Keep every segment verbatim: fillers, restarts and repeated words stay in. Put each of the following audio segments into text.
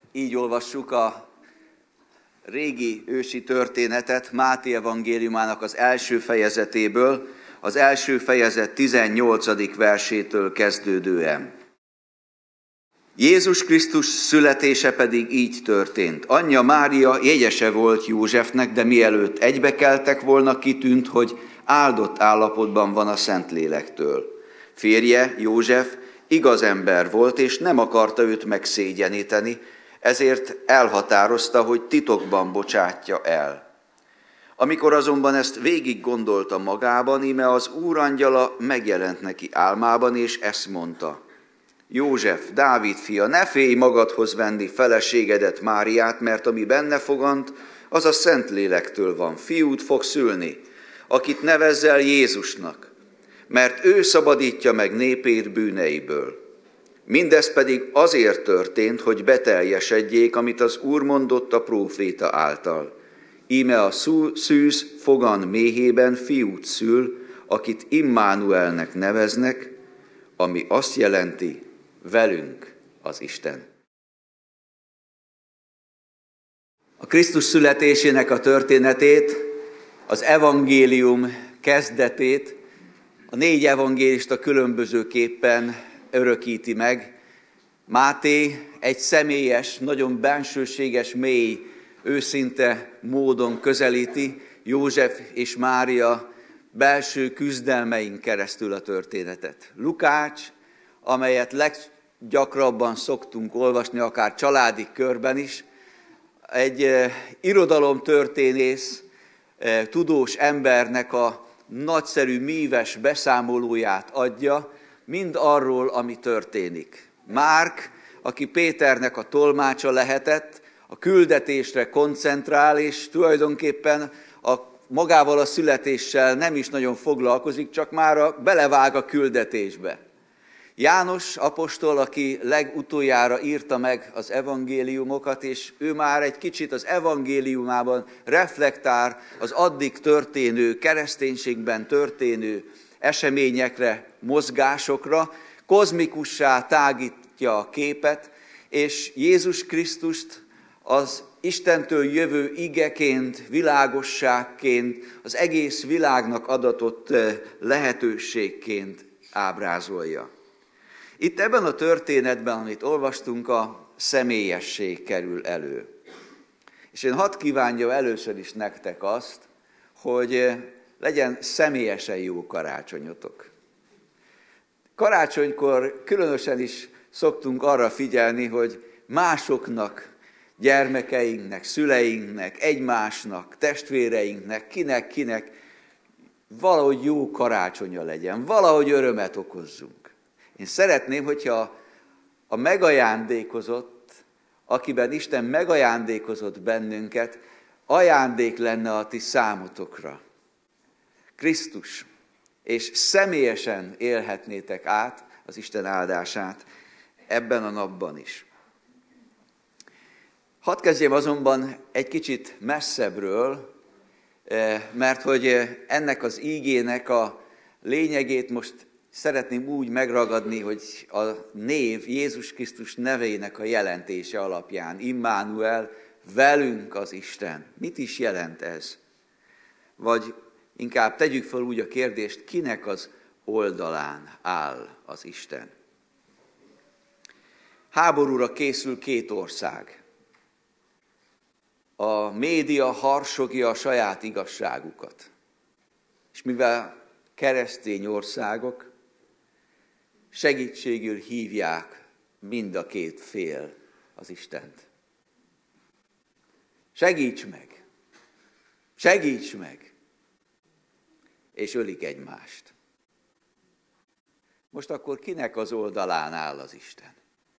Így olvassuk a régi ősi történetet Máté evangéliumának az első fejezetéből, az első fejezet tizennyolcadik versétől kezdődően. Jézus Krisztus születése pedig így történt. Anyja Mária jegyese volt Józsefnek, de mielőtt egybekeltek volna, kitűnt, hogy áldott állapotban van a Szentlélektől. Férje, József, igaz ember volt, és nem akarta őt megszégyeníteni, ezért elhatározta, hogy titokban bocsátja el. Amikor azonban ezt végig gondolta magában, íme az Úr angyala megjelent neki álmában, és ezt mondta: József, Dávid fia, ne félj magadhoz venni feleségedet, Máriát, mert ami benne fogant, az a Szentlélektől van. Fiút fog szülni, akit nevezzel Jézusnak, mert ő szabadítja meg népét bűneiből. Mindez pedig azért történt, hogy beteljesedjék, amit az Úr mondott a próféta által. Íme a szűz fogan méhében fiút szül, akit Immánuelnek neveznek, ami azt jelenti, velünk az Isten. A Krisztus születésének a történetét, az evangélium kezdetét a négy evangélista különbözőképpen örökíti meg. Máté egy személyes, nagyon bensőséges, mély, őszinte módon közelíti József és Mária belső küzdelmein keresztül a történetet. Lukács, amelyet leggyakrabban szoktunk olvasni, akár családi körben is, egy eh, irodalomtörténész, eh, tudós embernek a nagyszerű, míves beszámolóját adja, mind arról, ami történik. Márk, aki Péternek a tolmácsa lehetett, a küldetésre koncentrál, és tulajdonképpen a, magával a születéssel nem is nagyon foglalkozik, csak már a, belevág a küldetésbe. János apostol, aki legutoljára írta meg az evangéliumokat, és ő már egy kicsit az evangéliumában reflektál az addig történő, kereszténységben történő eseményekre, mozgásokra, kozmikussá tágítja a képet, és Jézus Krisztust az Istentől jövő igeként, világosságként, az egész világnak adatott lehetőségként ábrázolja. Itt ebben a történetben, amit olvastunk, a személyesség kerül elő. És én hadd kívánjam először is nektek azt, hogy legyen személyesen jó karácsonyotok. Karácsonykor különösen is szoktunk arra figyelni, hogy másoknak, gyermekeinknek, szüleinknek, egymásnak, testvéreinknek, kinek-kinek valahogy jó karácsonya legyen, valahogy örömet okozzunk. Én szeretném, hogyha a megajándékozott, akiben Isten megajándékozott bennünket, ajándék lenne a ti számotokra. Krisztus, és személyesen élhetnétek át az Isten áldását ebben a napban is. Hadd kezdjem azonban egy kicsit messzebbről, mert hogy ennek az ígének a lényegét most szeretném úgy megragadni, hogy a név, Jézus Krisztus nevének a jelentése alapján, Immánuel, velünk az Isten. Mit is jelent ez? Vagy inkább tegyük fel úgy a kérdést, kinek az oldalán áll az Isten? Háborúra készül két ország. A média harsogja a saját igazságukat. És mivel keresztény országok, segítségül hívják mind a két fél az Istent. Segíts meg! Segíts meg! És ölik egymást. Most akkor kinek az oldalán áll az Isten?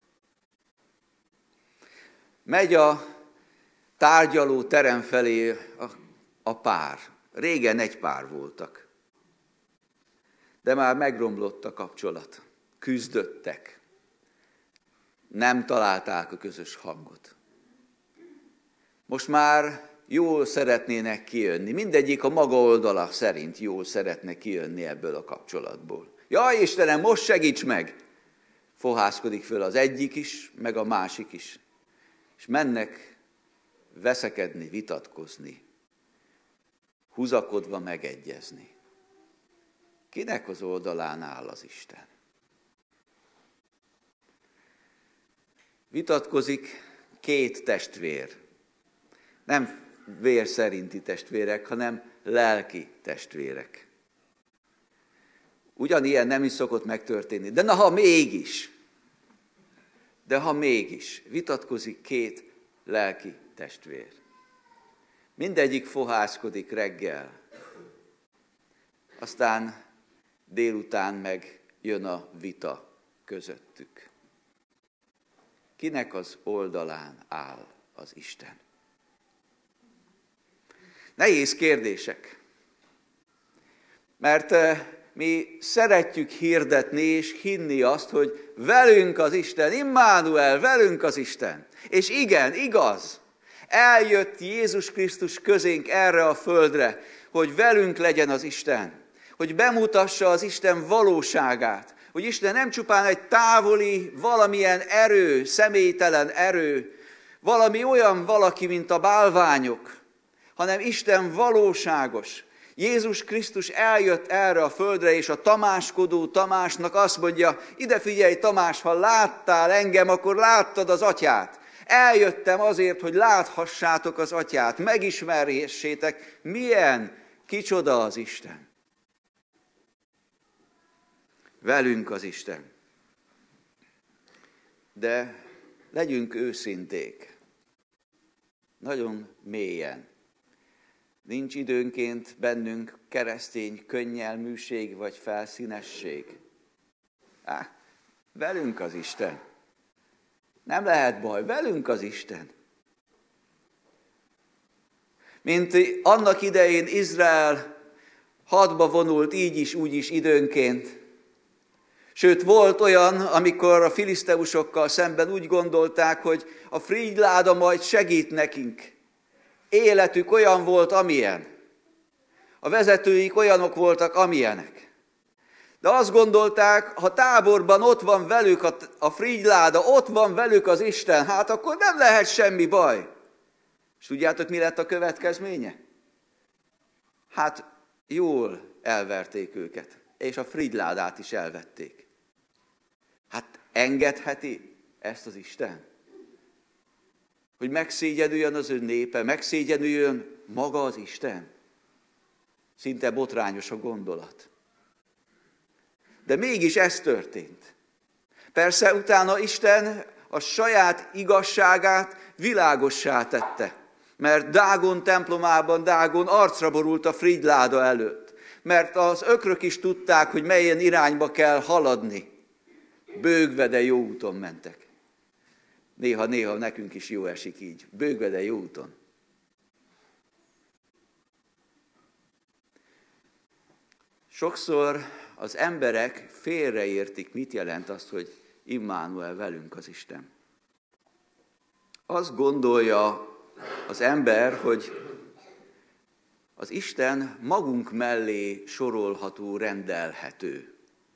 Megy a tárgyaló terem felé a, a pár. Régen egy pár voltak. De már megromlott a kapcsolat. Küzdöttek. Nem találták a közös hangot. Most már jól szeretnének kijönni. Mindegyik a maga oldala szerint jól szeretne kijönni ebből a kapcsolatból. Jaj, Istenem, most segíts meg! Fohászkodik föl az egyik is, meg a másik is. és mennek veszekedni, vitatkozni, húzakodva megegyezni. Kinek az oldalán áll az Isten? Vitatkozik két testvér. Nem vér szerinti testvérek, hanem lelki testvérek. Ugyanilyen nem is szokott megtörténni. De na, ha mégis, de ha mégis vitatkozik két lelki testvér. Mindegyik fohászkodik reggel, aztán délután meg jön a vita közöttük. Kinek az oldalán áll az Isten? Nehéz kérdések, mert mi szeretjük hirdetni és hinni azt, hogy velünk az Isten, Immanuel, velünk az Isten. És igen, igaz, eljött Jézus Krisztus közénk erre a földre, hogy velünk legyen az Isten, hogy bemutassa az Isten valóságát, hogy Isten nem csupán egy távoli, valamilyen erő, személytelen erő, valami olyan valaki, mint a bálványok, hanem Isten valóságos. Jézus Krisztus eljött erre a földre, és a tamáskodó Tamásnak azt mondja, ide figyelj Tamás, ha láttál engem, akkor láttad az Atyát. Eljöttem azért, hogy láthassátok az Atyát, megismerhessétek, milyen, kicsoda az Isten. Velünk az Isten. De legyünk őszinték. Nagyon mélyen. Nincs időnként bennünk keresztény könnyelműség vagy felszínesség. Á, velünk az Isten. Nem lehet baj, velünk az Isten. Mint annak idején Izrael hadba vonult így is, úgy is időnként. Sőt, volt olyan, amikor a filiszteusokkal szemben úgy gondolták, hogy a frigyláda majd segít nekünk. Életük olyan volt, amilyen. A vezetőik olyanok voltak, amilyenek. De azt gondolták, ha táborban ott van velük a, a frigyláda, ott van velük az Isten, hát akkor nem lehet semmi baj. És tudjátok, mi lett a következménye? Hát jól elverték őket, és a frigyládát is elvették. Hát engedheti ezt az Isten? Hogy megszégyenüljön az ő népe, megszégyenüljön maga az Isten? Szinte botrányos a gondolat. De mégis ez történt. Persze utána Isten a saját igazságát világossá tette. Mert Dágon templomában Dágon arcra borult a frigyláda előtt. Mert az ökrök is tudták, hogy melyen irányba kell haladni. Bőgve, de jó úton mentek. Néha-néha nekünk is jó esik így. Bőgve, de jó úton. Sokszor az emberek félreértik, mit jelent azt, hogy Immanuel, velünk az Isten. Azt gondolja az ember, hogy az Isten magunk mellé sorolható, rendelhető,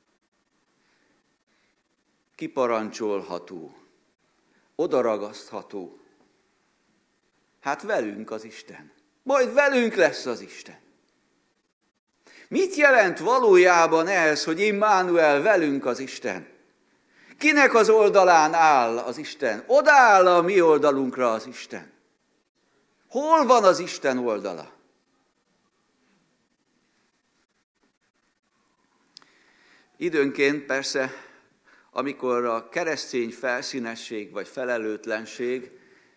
kiparancsolható, odaragasztható. Hát velünk az Isten. Majd velünk lesz az Isten. Mit jelent valójában ez, hogy Immanuel, velünk az Isten? Kinek az oldalán áll az Isten? Odaáll a mi oldalunkra az Isten. Hol van az Isten oldala? Időnként persze, amikor a keresztény felszínesség vagy felelőtlenség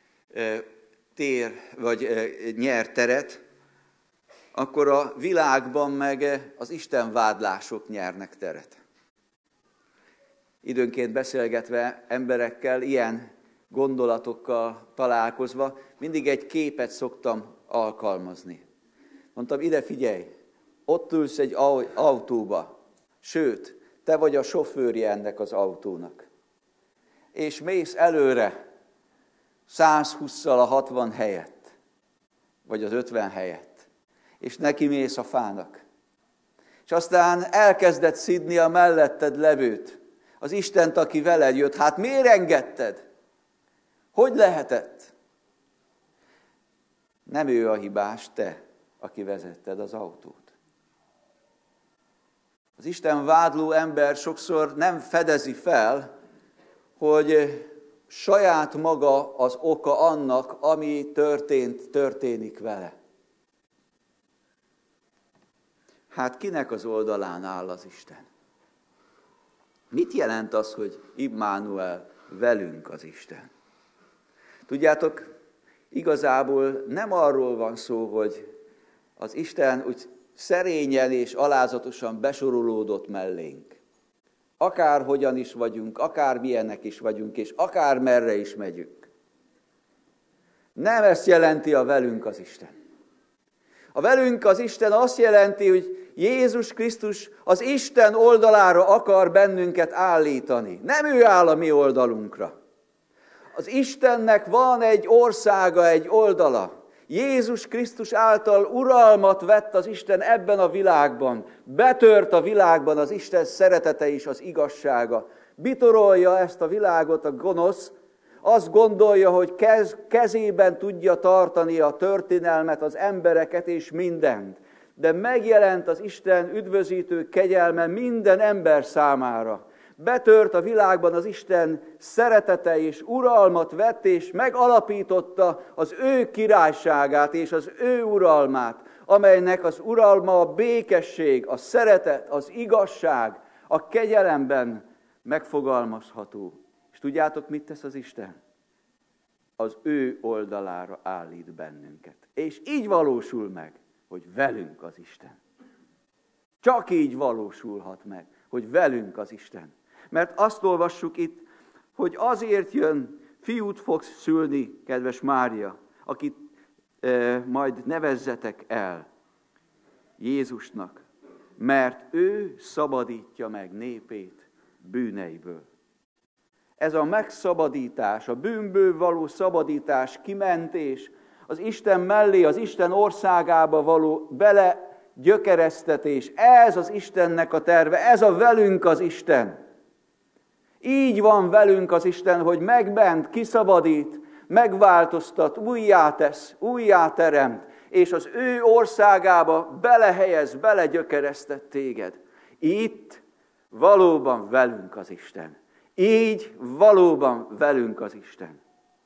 tér vagy nyer teret, akkor a világban meg az istenvádlások nyernek teret. Időnként beszélgetve emberekkel, ilyen gondolatokkal találkozva, mindig egy képet szoktam alkalmazni. Mondtam, ide figyelj, ott ülsz egy autóba, sőt, te vagy a sofőrje ennek az autónak. És mész előre százhússzal a hatvan helyett, vagy az ötven helyett, és neki mész a fának. És aztán elkezded szidni a melletted levőt, az Istent, aki veled jött. Hát miért engedted? Hogy lehetett? Nem ő a hibás, te, aki vezetted az autót. Az Isten vádló ember sokszor nem fedezi fel, hogy saját maga az oka annak, ami történt, történik vele. Hát kinek az oldalán áll az Isten? Mit jelent az, hogy Immanuel, velünk az Isten? Tudjátok, igazából nem arról van szó, hogy az Isten úgy szerényen és alázatosan besorolódott mellénk. Akárhogyan is vagyunk, akármilyenek is vagyunk, és akármerre is megyünk. Nem ezt jelenti a velünk az Isten. A velünk az Isten azt jelenti, hogy Jézus Krisztus az Isten oldalára akar bennünket állítani. Nem ő áll a mi oldalunkra. Az Istennek van egy országa, egy oldala. Jézus Krisztus által uralmat vett az Isten ebben a világban. Betört a világban az Isten szeretete és az igazsága. Bitorolja ezt a világot a gonosz, azt gondolja, hogy kez, kezében tudja tartani a történelmet, az embereket és mindent. De megjelent az Isten üdvözítő kegyelme minden ember számára. Betört a világban az Isten szeretete és uralmat vett, és megalapította az ő királyságát és az ő uralmát, amelynek az uralma a békesség, a szeretet, az igazság, a kegyelemben megfogalmazható. És tudjátok, mit tesz az Isten? Az ő oldalára állít bennünket. És így valósul meg, hogy velünk az Isten. Csak így valósulhat meg, hogy velünk az Isten. Mert azt olvassuk itt, hogy azért jön, fiút fogsz szülni, kedves Mária, akit e, majd nevezzetek el Jézusnak, mert ő szabadítja meg népét bűneiből. Ez a megszabadítás, a bűnből való szabadítás, kimentés, az Isten mellé, az Isten országába való bele gyökeresztetés, ez az Istennek a terve, ez a velünk az Isten. Így van velünk az Isten, hogy megment, kiszabadít, megváltoztat, újjátesz, újjáteremt, és az ő országába belehelyez, belegyökeresztett téged. Itt valóban velünk az Isten. Így valóban velünk az Isten.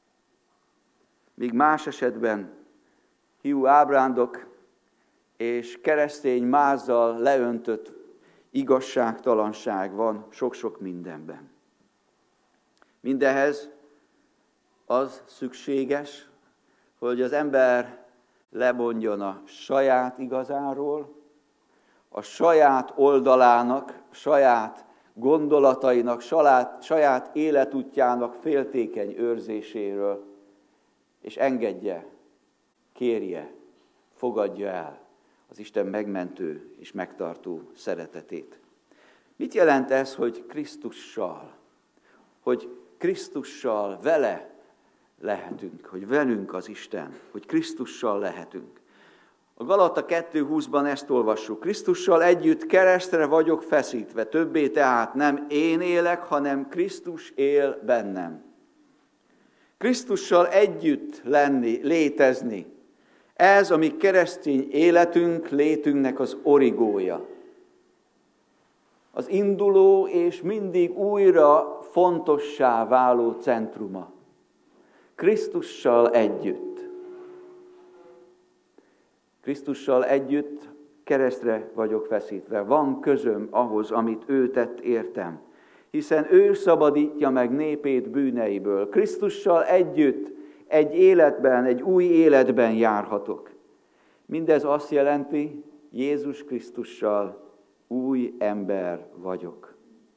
Míg más esetben hiú ábrándok és keresztény mázzal leöntött igazságtalanság van sok-sok mindenben. Mindehez az szükséges, hogy az ember lemondjon a saját igazáról, a saját oldalának, saját gondolatainak, saját, saját életútjának féltékeny őrzéséről, és engedje, kérje, fogadja el az Isten megmentő és megtartó szeretetét. Mit jelent ez, hogy Krisztussal, hogy Krisztussal vele lehetünk, hogy velünk az Isten, hogy Krisztussal lehetünk. A Galata kettő húszban ezt olvassuk. Krisztussal együtt keresztre vagyok feszítve, többé tehát nem én élek, hanem Krisztus él bennem. Krisztussal együtt lenni, létezni. Ez a mi keresztény életünk, létünknek az origója. Az induló és mindig újra fontossá váló centruma. Krisztussal együtt. Krisztussal együtt keresztre vagyok feszítve. Van közöm ahhoz, amit ő tett értem. Hiszen ő szabadítja meg népét bűneiből. Krisztussal együtt egy életben, egy új életben járhatok. Mindez azt jelenti, Jézus Krisztussal új ember vagyok.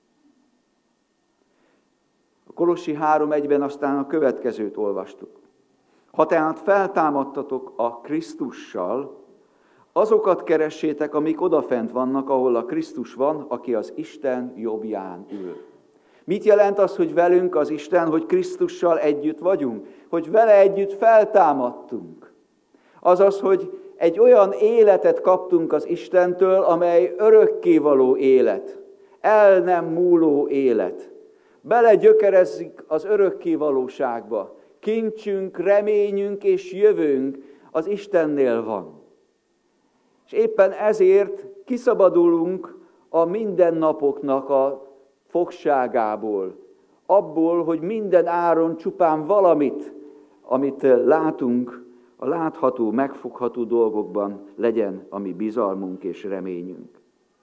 A Kolossi három egyben aztán a következőt olvastuk. Ha tehát feltámadtatok a Krisztussal, azokat keressétek, amik odafent vannak, ahol a Krisztus van, aki az Isten jobbján ül. Mit jelent az, hogy velünk az Isten, hogy Krisztussal együtt vagyunk? Hogy vele együtt feltámadtunk. Azaz, hogy egy olyan életet kaptunk az Istentől, amely örökkévaló élet, el nem múló élet. Belegyökerezik az örökkévalóságba. kincsünk, reményünk és jövőnk az Istennél van. És éppen ezért kiszabadulunk a mindennapoknak a fogságából, abból, hogy minden áron csupán valamit, amit látunk, a látható, megfogható dolgokban legyen a mi bizalmunk és reményünk.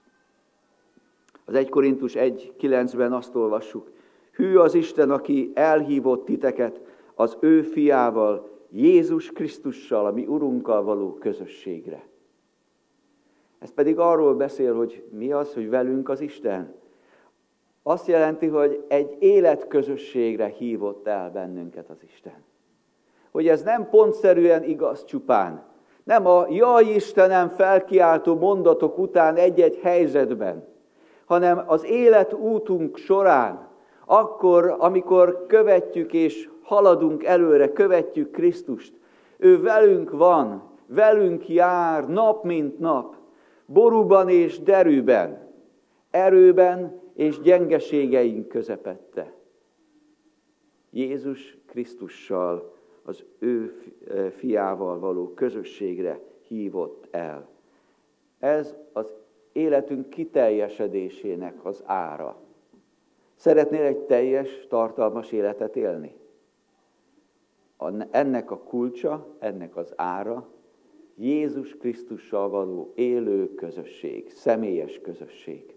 Az egy Korintus egy kilencben azt olvassuk, hű az Isten, aki elhívott titeket az ő fiával, Jézus Krisztussal, a mi Urunkkal való közösségre. Ez pedig arról beszél, hogy mi az, hogy velünk az Isten. Azt jelenti, hogy egy életközösségre hívott el bennünket az Isten. Hogy ez nem pontszerűen igaz csupán. Nem a jaj Istenem felkiáltó mondatok után egy-egy helyzetben, hanem az életútunk során, akkor, amikor követjük és haladunk előre, követjük Krisztust. Ő velünk van, velünk jár nap mint nap, borúban és derűben, erőben és gyengeségeink közepette. Jézus Krisztussal, az ő fiával való közösségre hívott el. Ez az életünk kiteljesedésének az ára. Szeretnél egy teljes, tartalmas életet élni? Ennek a kulcsa, ennek az ára Jézus Krisztussal való élő közösség, személyes közösség.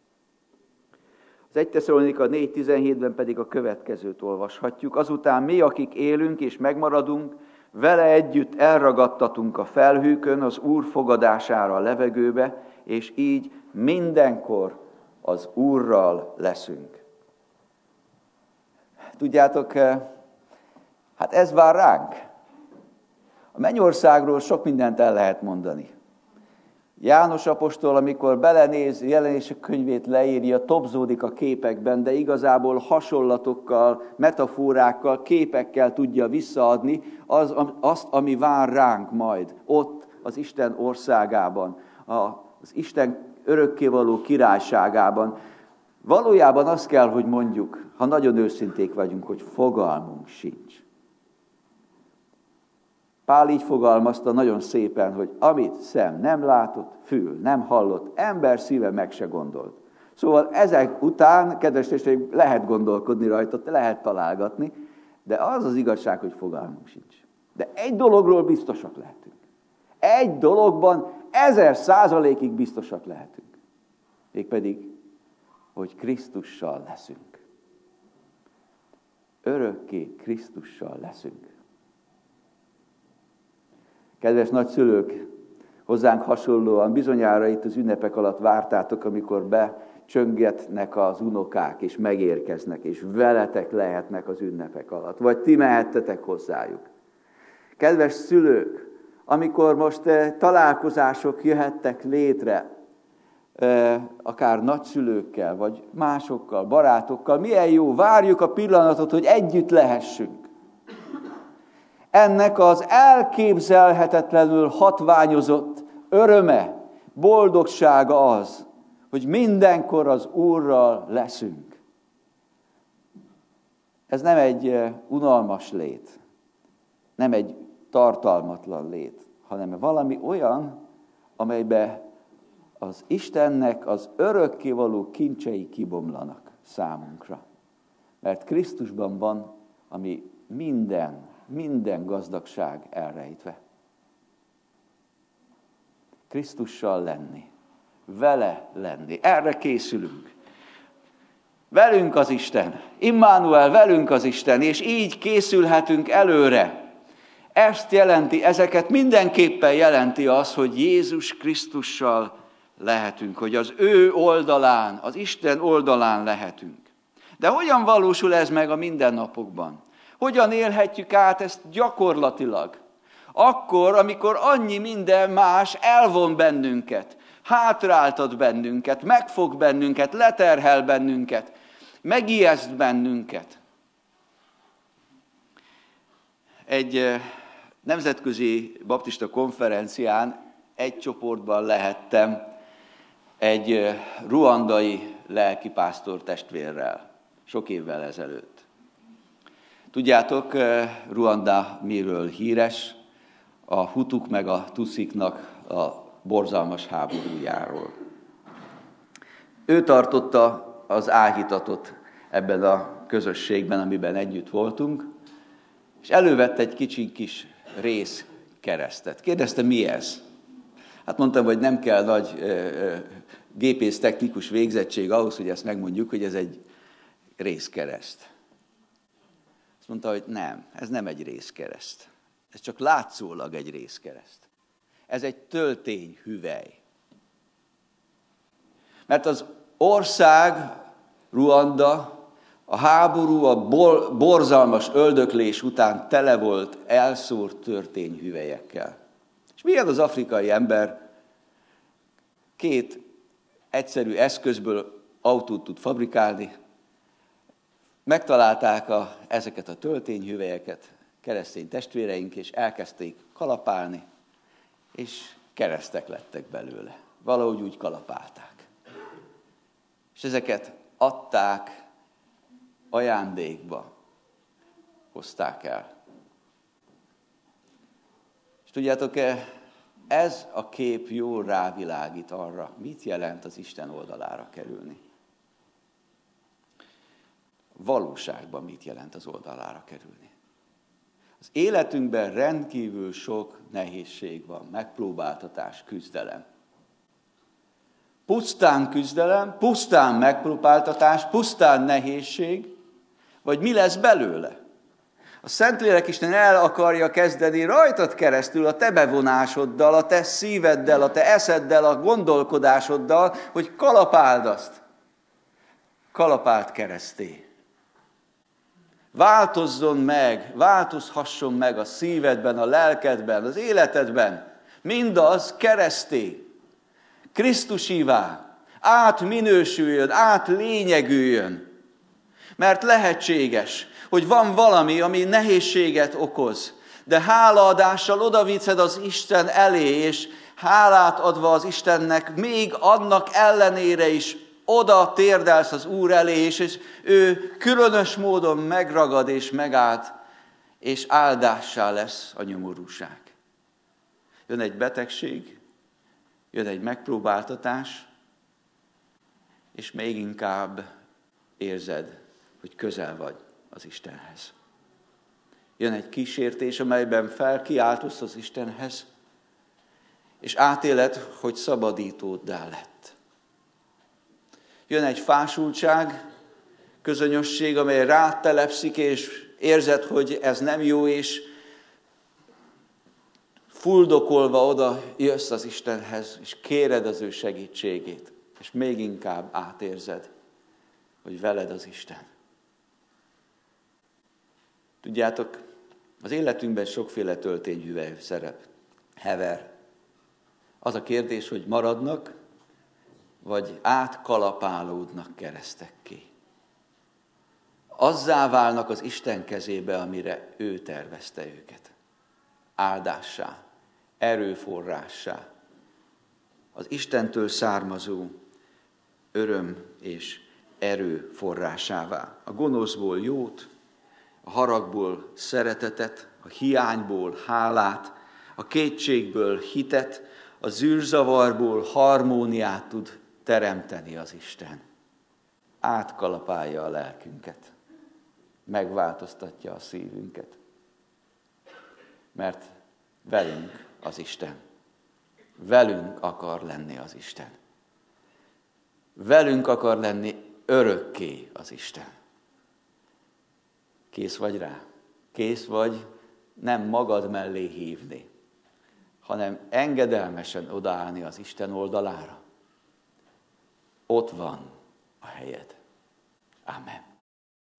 Az egy Tesszalonika négy tizenhétben pedig a következőt olvashatjuk. Azután mi, akik élünk és megmaradunk, vele együtt elragadtatunk a felhőkön az Úr fogadására a levegőbe, és így mindenkor az Úrral leszünk. Tudjátok, hát ez vár ránk. A mennyországról sok mindent el lehet mondani. János apostol, amikor belenéz, Jelenések könyvét leírja, tobzódik a képekben, de igazából hasonlatokkal, metaforákkal, képekkel tudja visszaadni az, azt, ami vár ránk majd, ott az Isten országában, az Isten örökkévaló királyságában. Valójában azt kell, hogy mondjuk, ha nagyon őszinték vagyunk, hogy fogalmunk sincs. Pál így fogalmazta nagyon szépen, hogy amit szem nem látott, fül nem hallott, ember szíve meg se gondolt. Szóval ezek után, kedves testvéreim, lehet gondolkodni rajta, lehet találgatni, de az az igazság, hogy fogalmunk sincs. De egy dologról biztosak lehetünk. Egy dologban ezer százalékig biztosak lehetünk. Mégpedig, hogy Krisztussal leszünk. Örökké Krisztussal leszünk. Kedves nagyszülők, hozzánk hasonlóan bizonyára itt az ünnepek alatt vártátok, amikor becsöngetnek az unokák, és megérkeznek, és veletek lehetnek az ünnepek alatt, vagy ti mehettetek hozzájuk. Kedves szülők, amikor most találkozások jöhettek létre, akár nagyszülőkkel, vagy másokkal, barátokkal, milyen jó, várjuk a pillanatot, hogy együtt lehessünk. Ennek az elképzelhetetlenül hatványozott öröme, boldogsága az, hogy mindenkor az Úrral leszünk. Ez nem egy unalmas lét, nem egy tartalmatlan lét, hanem valami olyan, amelybe az Istennek az örökkévaló kincsei kibomlanak számunkra. Mert Krisztusban van, ami minden, minden gazdagság elrejtve. Krisztussal lenni, vele lenni, erre készülünk. Velünk az Isten, Immanuel, velünk az Isten, és így készülhetünk előre. Ezt jelenti, ezeket mindenképpen jelenti az, hogy Jézus Krisztussal lehetünk, hogy az ő oldalán, az Isten oldalán lehetünk. De hogyan valósul ez meg a mindennapokban? Hogyan élhetjük át ezt gyakorlatilag? Akkor, amikor annyi minden más elvon bennünket, hátráltat bennünket, megfog bennünket, leterhel bennünket, megijeszt bennünket. Egy nemzetközi baptista konferencián egy csoportban lehettem egy ruandai lelkipásztor testvérrel, sok évvel ezelőtt. Tudjátok, Ruanda miről híres? A hutuk meg a tusziknak a borzalmas háborújáról. Ő tartotta az áhítatot ebben a közösségben, amiben együtt voltunk, és elővette egy kicsi kis rész keresztet. Kérdezte, mi ez? Hát mondtam, hogy nem kell nagy gépésztechnikus végzettség ahhoz, hogy ezt megmondjuk, hogy ez egy részkereszt. Azt mondta, hogy nem, ez nem egy részkereszt. Ez csak látszólag egy részkereszt. Ez egy töltényhüvely. Mert az ország, Ruanda, a háború, a bor, borzalmas öldöklés után tele volt elszórt történyhüvelyekkel. És milyen az afrikai ember? Két egyszerű eszközből autót tud fabrikálni. Megtalálták a, ezeket a töltényhüvelyeket keresztény testvéreink, és elkezdték kalapálni, és keresztek lettek belőle. Valahogy úgy kalapálták. És ezeket adták, ajándékba hozták el. És tudjátok, ez a kép jól rávilágít arra, mit jelent az Isten oldalára kerülni. Valóságban mit jelent az oldalára kerülni. Az életünkben rendkívül sok nehézség van, megpróbáltatás, küzdelem. Pusztán küzdelem, pusztán megpróbáltatás, pusztán nehézség, vagy mi lesz belőle? A Szentlélek Isten el akarja kezdeni rajtad keresztül, a te bevonásoddal, a te szíveddel, a te eszeddel, a gondolkodásoddal, hogy kalapáld azt. Kalapáld kereszté. Változzon meg, változhasson meg a szívedben, a lelkedben, az életedben. Mindaz kereszté. Krisztusivá, átminősüljön, átlényegüljön. Mert lehetséges, hogy van valami, ami nehézséget okoz, de hálaadással odaviszed az Isten elé, és hálát adva az Istennek, még annak ellenére is oda térdelsz az Úr elé, és ő különös módon megragad és megállt, és áldássá lesz a nyomorúság. Jön egy betegség, jön egy megpróbáltatás, és még inkább érzed, hogy közel vagy az Istenhez. Jön egy kísértés, amelyben felkiáltasz az Istenhez, és átéled, hogy szabadítóddá lett. Jön egy fásultság, közönösség, amely rád telepszik, és érzed, hogy ez nem jó, és fuldokolva oda jössz az Istenhez, és kéred az ő segítségét, és még inkább átérzed, hogy veled az Isten. Tudjátok, az életünkben sokféle töltényhüvely szerep, hever. Az a kérdés, hogy maradnak, vagy átkalapálódnak keresztekké. Azzá válnak az Isten kezébe, amire ő tervezte őket. Áldássá, erőforrássá, az Istentől származó öröm és erő forrásává. A gonoszból jót, a haragból szeretetet, a hiányból hálát, a kétségből hitet, a zűrzavarból harmóniát tud teremteni az Isten. Átkalapálja a lelkünket, megváltoztatja a szívünket, mert velünk az Isten. Velünk akar lenni az Isten. Velünk akar lenni örökké az Isten. Kész vagy rá? Kész vagy nem magad mellé hívni, hanem engedelmesen odaállni az Isten oldalára. Ott van a helyed. Amen.